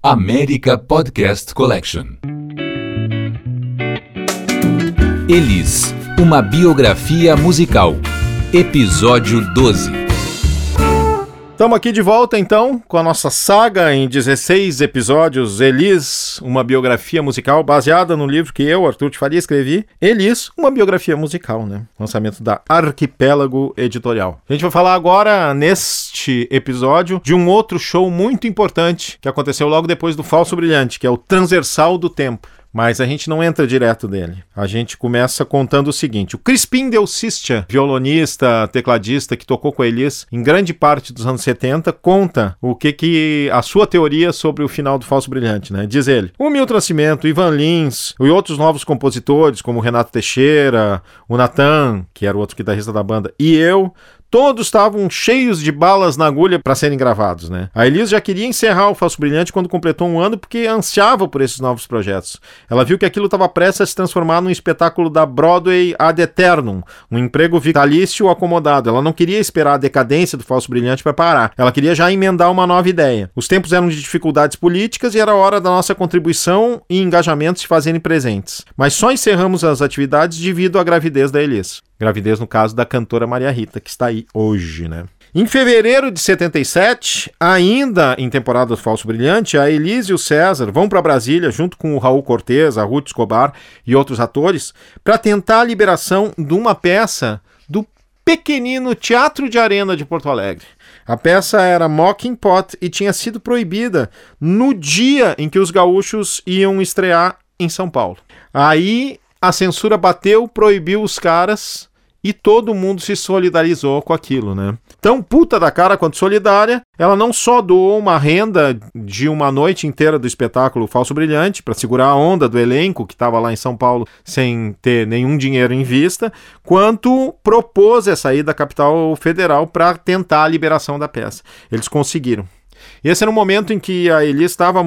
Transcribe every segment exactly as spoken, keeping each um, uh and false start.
América Podcast Collection. Elis, uma biografia musical. Episódio doze. Estamos aqui de volta, então, com a nossa saga em dezesseis episódios, Elis, uma biografia musical, baseada no livro que eu, Arthur de Faria, escrevi. Elis, uma biografia musical, né? Lançamento da Arquipélago Editorial. A gente vai falar agora, neste episódio, de um outro show muito importante que aconteceu logo depois do Falso Brilhante, que é o Transversal do Tempo. Mas a gente não entra direto dele. A gente começa contando o seguinte. O Crispim Del Sistia, violonista, tecladista que tocou com a Elis em grande parte dos anos setenta, conta o que que a sua teoria sobre o final do Falso Brilhante, né? Diz ele: o Milton Nascimento, Ivan Lins e outros novos compositores, como o Renato Teixeira, o Natan, que era o outro guitarrista da banda, e eu, todos estavam cheios de balas na agulha para serem gravados, né? A Elis já queria encerrar o Falso Brilhante quando completou um ano porque ansiava por esses novos projetos. Ela viu que aquilo estava prestes a se transformar num espetáculo da Broadway ad eternum, um emprego vitalício acomodado. Ela não queria esperar a decadência do Falso Brilhante para parar. Ela queria já emendar uma nova ideia. Os tempos eram de dificuldades políticas e era hora da nossa contribuição e engajamento se fazerem presentes. Mas só encerramos as atividades devido à gravidez da Elis. Gravidez, no caso, da cantora Maria Rita, que está aí hoje, né? Em fevereiro de setenta e sete, ainda em temporada do Falso Brilhante, a Elis e o César vão para Brasília, junto com o Raul Cortez, a Ruth Escobar e outros atores, para tentar a liberação de uma peça do pequenino Teatro de Arena de Porto Alegre. A peça era Mocking Pot e tinha sido proibida no dia em que os gaúchos iam estrear em São Paulo. Aí a censura bateu, proibiu os caras e todo mundo se solidarizou com aquilo, né? Tão puta da cara quanto solidária, ela não só doou uma renda de uma noite inteira do espetáculo Falso Brilhante para segurar a onda do elenco que estava lá em São Paulo sem ter nenhum dinheiro em vista, quanto propôs essa ida à capital federal para tentar a liberação da peça. Eles conseguiram. Esse era um momento em que a Elis estava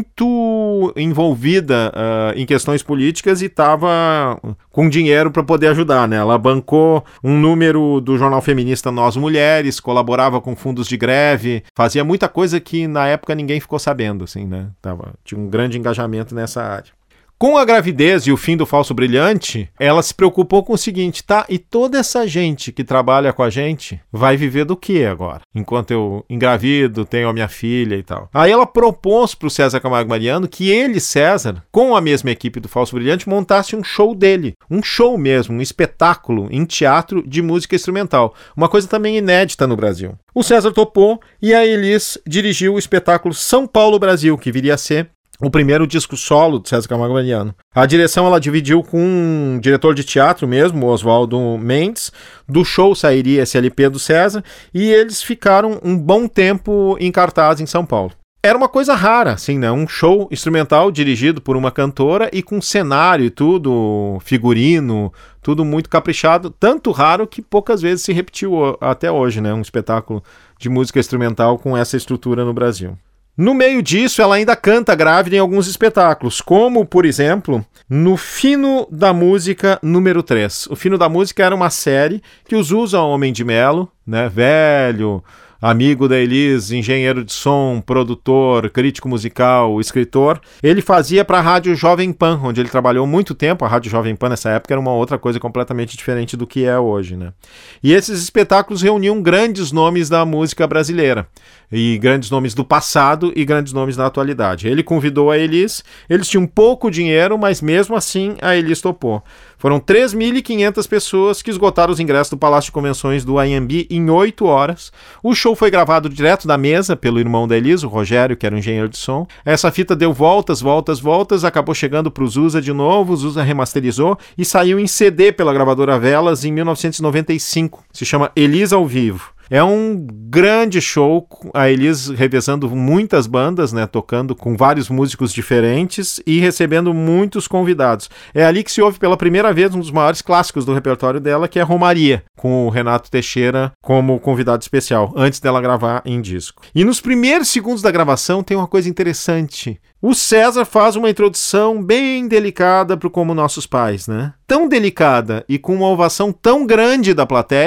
muito envolvida uh, em questões políticas e estava com dinheiro para poder ajudar, né? Ela bancou um número do jornal feminista Nós Mulheres, colaborava com fundos de greve, fazia muita coisa que na época ninguém ficou sabendo, assim, né? Tava, tinha um grande engajamento nessa área. Com a gravidez e o fim do Falso Brilhante, ela se preocupou com o seguinte, tá? E toda essa gente que trabalha com a gente vai viver do que agora? Enquanto eu engravido, tenho a minha filha e tal. Aí ela propôs pro César Camargo Mariano que ele, César, com a mesma equipe do Falso Brilhante, montasse um show dele. Um show mesmo, um espetáculo em teatro de música instrumental. Uma coisa também inédita no Brasil. O César topou e a Elis dirigiu o espetáculo São Paulo Brasil, que viria a ser o primeiro disco solo do César Camargo Mariano. A direção ela dividiu com um diretor de teatro mesmo, Oswaldo Mendes. Do show sairia esse L P do César e eles ficaram um bom tempo em cartaz em São Paulo. Era uma coisa rara, assim, né? Um show instrumental dirigido por uma cantora e com cenário e tudo, figurino, tudo muito caprichado. Tanto raro que poucas vezes se repetiu até hoje, né? Um espetáculo de música instrumental com essa estrutura no Brasil. No meio disso, ela ainda canta grávida em alguns espetáculos, como, por exemplo, no Fino da Música número três. O Fino da Música era uma série que os usa Homem de Melo, né, velho, amigo da Elis, engenheiro de som, produtor, crítico musical, escritor. Ele fazia para a Rádio Jovem Pan, onde ele trabalhou muito tempo. A Rádio Jovem Pan nessa época era uma outra coisa completamente diferente do que é hoje, né? E esses espetáculos reuniam grandes nomes da música brasileira, e grandes nomes do passado e grandes nomes da atualidade. Ele convidou a Elis, eles tinham pouco dinheiro, mas mesmo assim a Elis topou. Foram três mil e quinhentas pessoas que esgotaram os ingressos do Palácio de Convenções do Anhembi em oito horas. O show foi gravado direto da mesa pelo irmão da Elis, o Rogério, que era um engenheiro de som. Essa fita deu voltas, voltas, voltas, acabou chegando para o Zusa de novo, o Zusa remasterizou e saiu em C D pela gravadora Velas em mil novecentos e noventa e cinco. Se chama Elis ao Vivo. É um grande show, a Elis revezando muitas bandas, né, tocando com vários músicos diferentes e recebendo muitos convidados. É ali que se ouve pela primeira vez um dos maiores clássicos do repertório dela, que é Romaria, com o Renato Teixeira como convidado especial, antes dela gravar em disco. E nos primeiros segundos da gravação tem uma coisa interessante. O César faz uma introdução bem delicada para o Como Nossos Pais, né? Tão delicada e com uma ovação tão grande da plateia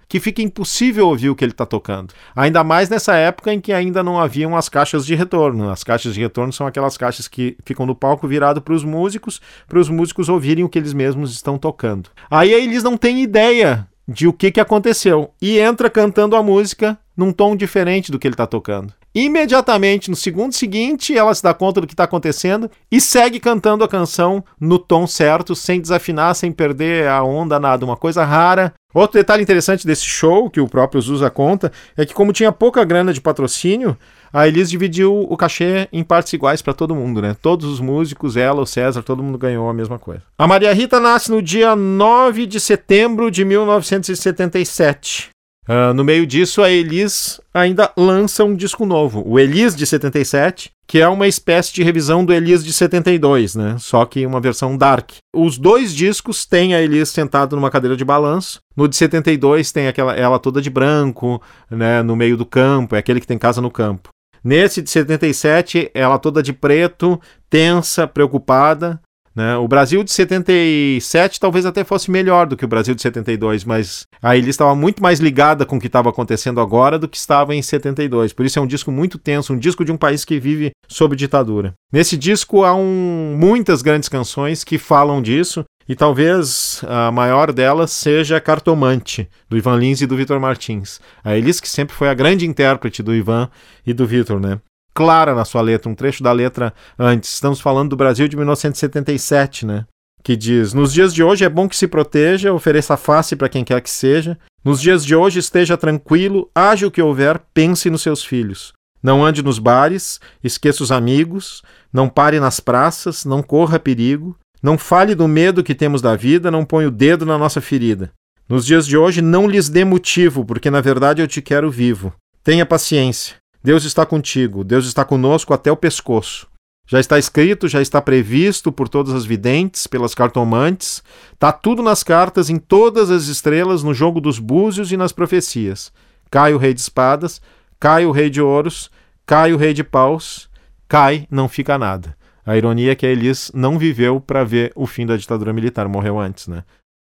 que fica impossível ouvir o que ele está tocando. Ainda mais nessa época em que ainda não haviam as caixas de retorno. As caixas de retorno são aquelas caixas que ficam no palco virado para os músicos, para os músicos ouvirem o que eles mesmos estão tocando. Aí eles não têm ideia de o que, que aconteceu e entra cantando a música num tom diferente do que ele está tocando. Imediatamente, no segundo seguinte, ela se dá conta do que está acontecendo e segue cantando a canção no tom certo, sem desafinar, sem perder a onda, nada. Uma coisa rara. Outro detalhe interessante desse show, que o próprio Zusa conta, é que como tinha pouca grana de patrocínio, a Elis dividiu o cachê em partes iguais para todo mundo, né? Todos os músicos, ela, o César, todo mundo ganhou a mesma coisa. A Maria Rita nasce no dia nove de setembro de mil novecentos e setenta e sete. Uh, no meio disso, a Elis ainda lança um disco novo, o Elis de setenta e sete, que é uma espécie de revisão do Elis de setenta e dois, né? Só que uma versão dark. Os dois discos têm a Elis sentada numa cadeira de balanço. No de setenta e dois tem aquela, ela toda de branco, né, no meio do campo, é aquele que tem casa no campo. Nesse de setenta e sete, ela toda de preto, tensa, preocupada. Né? O Brasil de setenta e sete talvez até fosse melhor do que o Brasil de setenta e dois, mas a Elis estava muito mais ligada com o que estava acontecendo agora do que estava em setenta e dois. Por isso é um disco muito tenso, um disco de um país que vive sob ditadura. Nesse disco há um, muitas grandes canções que falam disso, e talvez a maior delas seja Cartomante, do Ivan Lins e do Vitor Martins. A Elis que sempre foi a grande intérprete do Ivan e do Vitor, né? Clara na sua letra, um trecho da letra antes. Estamos falando do Brasil de mil novecentos e setenta e sete, né? Que diz: nos dias de hoje é bom que se proteja, ofereça face para quem quer que seja. Nos dias de hoje esteja tranquilo, haja o que houver, pense nos seus filhos. Não ande nos bares, esqueça os amigos, não pare nas praças, não corra perigo, não fale do medo que temos da vida, não ponha o dedo na nossa ferida. Nos dias de hoje não lhes dê motivo, porque na verdade eu te quero vivo. Tenha paciência. Deus está contigo, Deus está conosco até o pescoço. Já está escrito, já está previsto por todas as videntes, pelas cartomantes. Está tudo nas cartas, em todas as estrelas, no jogo dos búzios e nas profecias. Cai o rei de espadas, cai o rei de ouros, cai o rei de paus, cai, não fica nada. A ironia é que a Elis não viveu para ver o fim da ditadura militar, morreu antes, né?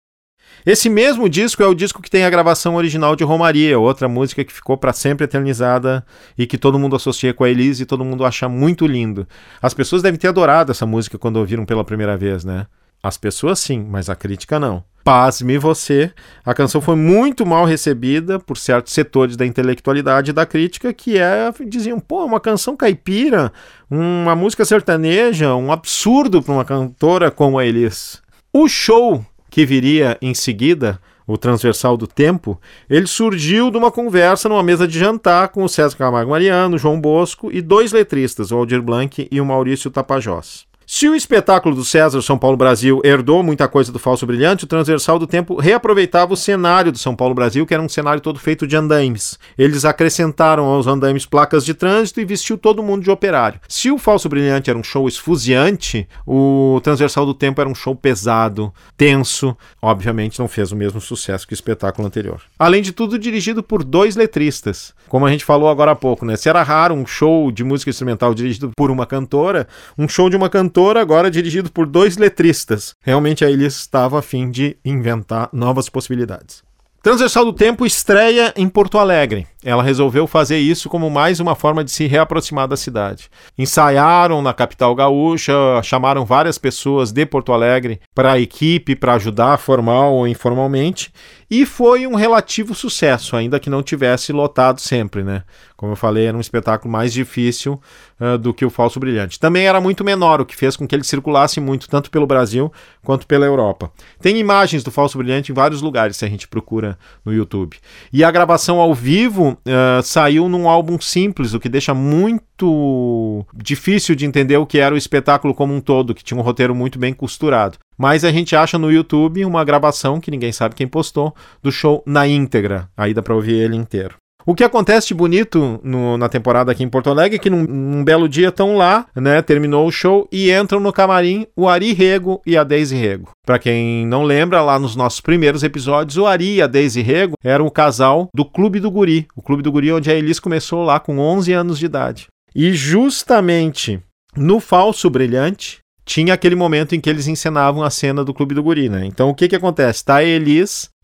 Esse mesmo disco é o disco que tem a gravação original de Romaria, outra música que ficou para sempre eternizada e que todo mundo associa com a Elis e todo mundo acha muito lindo. As pessoas devem ter adorado essa música quando ouviram pela primeira vez, né? As pessoas sim, mas a crítica não. Pasme você, a canção foi muito mal recebida por certos setores da intelectualidade e da crítica que é, diziam, pô, uma canção caipira, uma música sertaneja, um absurdo para uma cantora como a Elis. O show que viria em seguida, o Transversal do Tempo, ele surgiu de uma conversa numa mesa de jantar com o César Camargo Mariano, João Bosco e dois letristas, o Aldir Blanc e o Maurício Tapajós. Se o espetáculo do César São Paulo Brasil herdou muita coisa do Falso Brilhante, o Transversal do Tempo reaproveitava o cenário do São Paulo Brasil, que era um cenário todo feito de andaimes. Eles acrescentaram aos andaimes placas de trânsito e vestiu todo mundo de operário. Se o Falso Brilhante era um show esfuziante, o Transversal do Tempo era um show pesado, tenso. Obviamente não fez o mesmo sucesso que o espetáculo anterior. Além de tudo, dirigido por dois letristas. Como a gente falou agora há pouco, né? Se era raro um show de música instrumental dirigido por uma cantora, um show de uma cantora agora dirigido por dois letristas. Realmente a Elis estava a fim de inventar novas possibilidades. Transversal do Tempo estreia em Porto Alegre. Ela resolveu fazer isso como mais uma forma de se reaproximar da cidade. Ensaiaram na capital gaúcha, chamaram várias pessoas de Porto Alegre para a equipe, para ajudar formal ou informalmente, e foi um relativo sucesso, ainda que não tivesse lotado sempre, né? Como eu falei, era um espetáculo mais difícil uh, do que o Falso Brilhante. Também era muito menor, o que fez com que ele circulasse muito, tanto pelo Brasil quanto pela Europa. Tem imagens do Falso Brilhante em vários lugares, se a gente procura no YouTube. E a gravação ao vivo uh, saiu num álbum simples, o que deixa muito difícil de entender o que era o espetáculo como um todo, que tinha um roteiro muito bem costurado. Mas a gente acha no YouTube uma gravação, que ninguém sabe quem postou, do show na íntegra. Aí dá pra ouvir ele inteiro. O que acontece de bonito no, na temporada aqui em Porto Alegre é que num, num belo dia estão lá, né, terminou o show e entram no camarim o Ari Rego e a Deise Rego. Para quem não lembra, lá nos nossos primeiros episódios, o Ari e a Deise Rego eram o casal do Clube do Guri. O Clube do Guri onde a Elis começou lá com onze anos de idade. E justamente no Falso Brilhante tinha aquele momento em que eles encenavam a cena do Clube do Guri, né? Então o que que acontece? Tá a Elis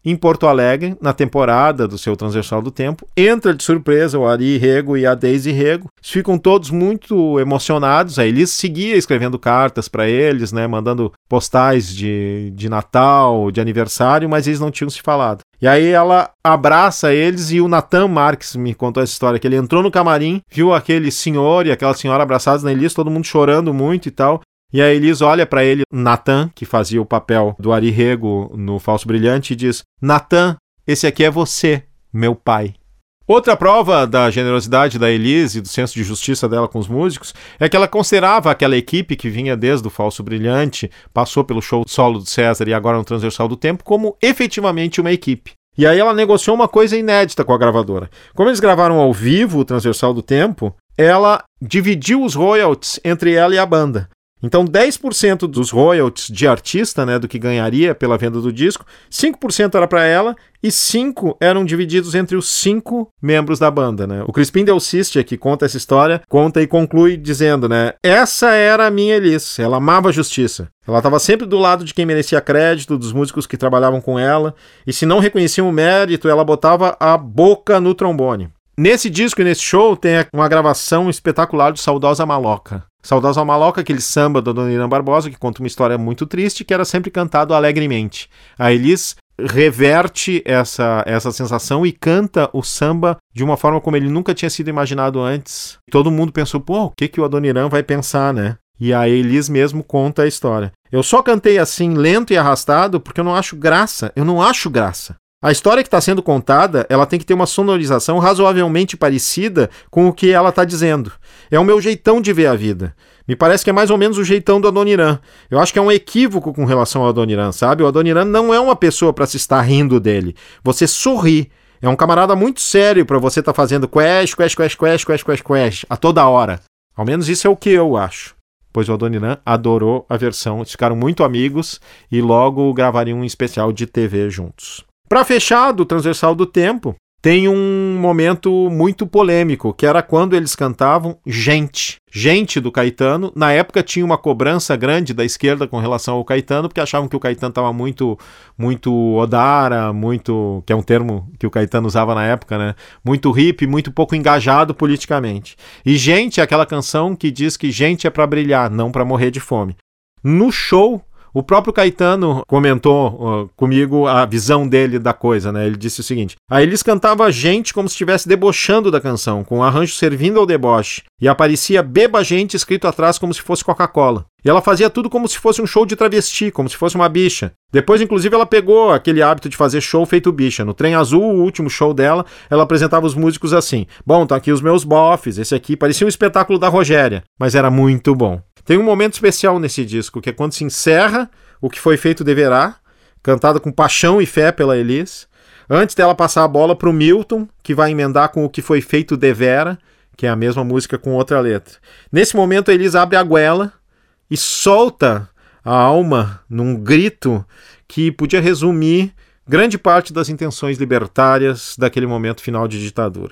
em Porto Alegre, na temporada do seu Transversal do Tempo. Entra de surpresa o Ari Rego e a Daisy Rego. Ficam todos muito emocionados. A Elis seguia escrevendo cartas para eles, né, mandando postais de, de Natal, de aniversário, mas eles não tinham se falado. E aí ela abraça eles e o Nathan Marques me contou essa história, que ele entrou no camarim, viu aquele senhor e aquela senhora abraçados na Elis, todo mundo chorando muito e tal. E a Elis olha para ele, Nathan, que fazia o papel do Ari Rego no Falso Brilhante, e diz: Nathan, esse aqui é você, meu pai. Outra prova da generosidade da Elis e do senso de justiça dela com os músicos é que ela considerava aquela equipe que vinha desde o Falso Brilhante, passou pelo show solo do César e agora no Transversal do Tempo, como efetivamente uma equipe. E aí ela negociou uma coisa inédita com a gravadora. Como eles gravaram ao vivo o Transversal do Tempo, ela dividiu os royalties entre ela e a banda. Então dez por cento dos royalties de artista, né, do que ganharia pela venda do disco, cinco por cento era para ela e cinco por cento eram divididos entre os cinco membros da banda, né? O Crispim Del Cistia, que conta essa história, conta e conclui dizendo, né, essa era a minha Elis, ela amava a justiça. Ela estava sempre do lado de quem merecia crédito, dos músicos que trabalhavam com ela, e se não reconheciam o mérito, ela botava a boca no trombone. Nesse disco e nesse show tem uma gravação espetacular do Saudosa Maloca. Saudosa Maloca, aquele samba da Dona Irã Barbosa, que conta uma história muito triste, que era sempre cantado alegremente. A Elis reverte essa, essa sensação e canta o samba de uma forma como ele nunca tinha sido imaginado antes. Todo mundo pensou, pô, o que, que o Adoniran vai pensar, né? E a Elis mesmo conta a história. Eu só cantei assim, lento e arrastado, porque eu não acho graça. Eu não acho graça. A história que está sendo contada, ela tem que ter uma sonorização razoavelmente parecida com o que ela está dizendo. É o meu jeitão de ver a vida. Me parece que é mais ou menos o jeitão do Adoniran. Eu acho que é um equívoco com relação ao Adoniran, sabe? O Adoniran não é uma pessoa para se estar rindo dele. Você sorri. É um camarada muito sério para você estar tá fazendo quest, quest, quest, quest, quest, quest, quest, a toda hora. Ao menos isso é o que eu acho. Pois o Adoniran adorou a versão. Eles ficaram muito amigos e logo gravariam um especial de T V juntos. Para fechar do Transversal do Tempo, tem um momento muito polêmico, que era quando eles cantavam Gente. Gente do Caetano. Na época tinha uma cobrança grande da esquerda com relação ao Caetano, porque achavam que o Caetano estava muito, muito odara, muito, que é um termo que o Caetano usava na época, né? Muito hippie, muito pouco engajado politicamente. E Gente é aquela canção que diz que gente é para brilhar, não para morrer de fome. No show, o próprio Caetano comentou uh, comigo a visão dele da coisa, né? Ele disse o seguinte: a Elis cantava Gente como se estivesse debochando da canção, com o arranjo servindo ao deboche, e aparecia Beba Gente escrito atrás como se fosse Coca-Cola. E ela fazia tudo como se fosse um show de travesti, como se fosse uma bicha. Depois, inclusive, ela pegou aquele hábito de fazer show feito bicha. No Trem Azul, o último show dela, ela apresentava os músicos assim: bom, tá aqui os meus bofs, esse aqui parecia um espetáculo da Rogéria, mas era muito bom. Tem um momento especial nesse disco, que é quando se encerra O Que Foi Feito Deverá, cantada com paixão e fé pela Elis, antes dela passar a bola para o Milton, que vai emendar com O Que Foi Feito Devera, que é a mesma música com outra letra. Nesse momento a Elis abre a goela e solta a alma num grito que podia resumir grande parte das intenções libertárias daquele momento final de ditadura.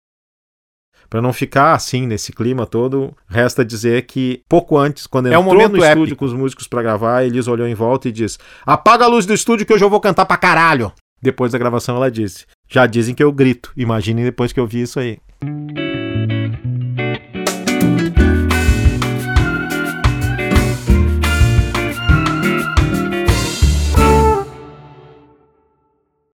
Para não ficar assim nesse clima todo, resta dizer que pouco antes, quando entrou é um momento no estúdio épico com os músicos para gravar, a Elis olhou em volta e disse: apaga a luz do estúdio que hoje eu vou cantar pra caralho. Depois da gravação ela disse: já dizem que eu grito, imaginem depois que eu vi isso aí.